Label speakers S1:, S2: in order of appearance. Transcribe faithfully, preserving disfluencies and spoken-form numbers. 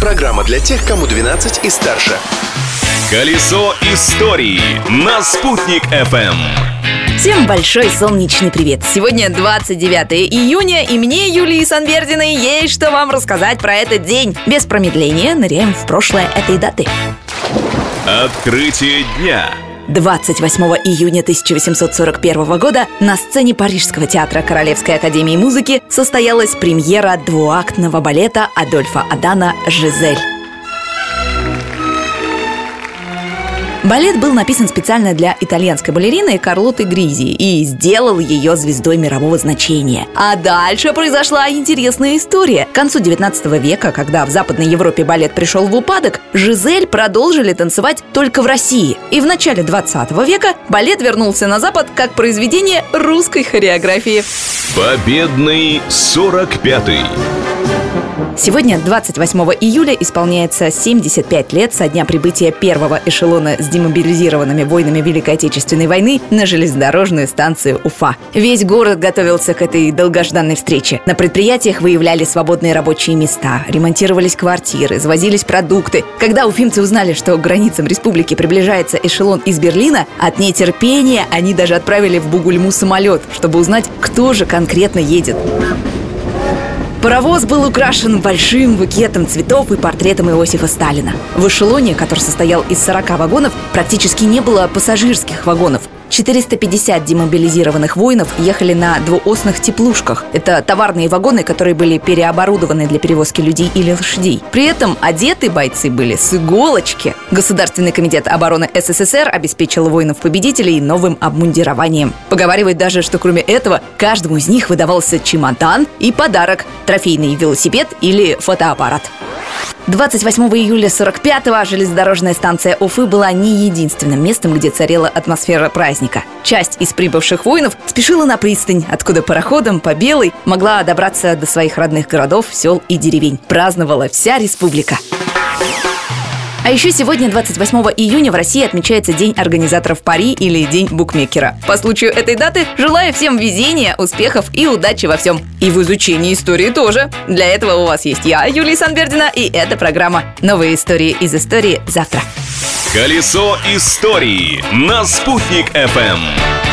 S1: Программа для тех, кому двенадцать и старше.
S2: Колесо истории на Спутник эф эм.
S3: Всем большой солнечный привет! Сегодня двадцать девятое июня, и мне, Юлии Санвердиной, есть что вам рассказать про этот день. Без промедления ныряем в прошлое этой даты.
S2: Открытие дня.
S3: двадцать восьмого июня тысяча восемьсот сорок первого года на сцене Парижского театра Королевской академии музыки состоялась премьера двуактного балета Адольфа Адана «Жизель». Балет был написан специально для итальянской балерины Карлотты Гризи и сделал ее звездой мирового значения. А дальше произошла интересная история. К концу девятнадцатого века, когда в Западной Европе балет пришел в упадок, «Жизель» продолжили танцевать только в России. И в начале двадцатого века балет вернулся на Запад как произведение русской хореографии.
S2: Победный сорок пятый.
S3: Сегодня, двадцать восьмого июля, исполняется семьдесят пять лет со дня прибытия первого эшелона с демобилизированными воинами Великой Отечественной войны на железнодорожную станцию Уфа. Весь город готовился к этой долгожданной встрече. На предприятиях выявляли свободные рабочие места, ремонтировались квартиры, завозились продукты. Когда уфимцы узнали, что к границам республики приближается эшелон из Берлина, от нетерпения они даже отправили в Бугульму самолет, чтобы узнать, кто же конкретно едет. Паровоз был украшен большим букетом цветов и портретом Иосифа Сталина. В эшелоне, который состоял из сорока вагонов, практически не было пассажирских вагонов. четыреста пятьдесят демобилизированных воинов ехали на двуосных теплушках. Это товарные вагоны, которые были переоборудованы для перевозки людей или лошадей. При этом одеты бойцы были с иголочки. Государственный комитет обороны эс эс эс эр обеспечил воинов-победителей новым обмундированием. Поговаривают даже, что кроме этого каждому из них выдавался чемодан и подарок – трофейный велосипед или фотоаппарат. двадцать восьмого июля сорок пятого железнодорожная станция Уфы была не единственным местом, где царила атмосфера праздника. Часть из прибывших воинов спешила на пристань, откуда пароходом по Белой могла добраться до своих родных городов, сел и деревень. Праздновала вся республика. А еще сегодня, двадцать восьмого июня, в России отмечается День организаторов пари или День букмекера. По случаю этой даты желаю всем везения, успехов и удачи во всем. И в изучении истории тоже. Для этого у вас есть я, Юлия Санвердина, и эта программа «Новые истории из истории» завтра.
S2: Колесо истории на Спутник эф эм.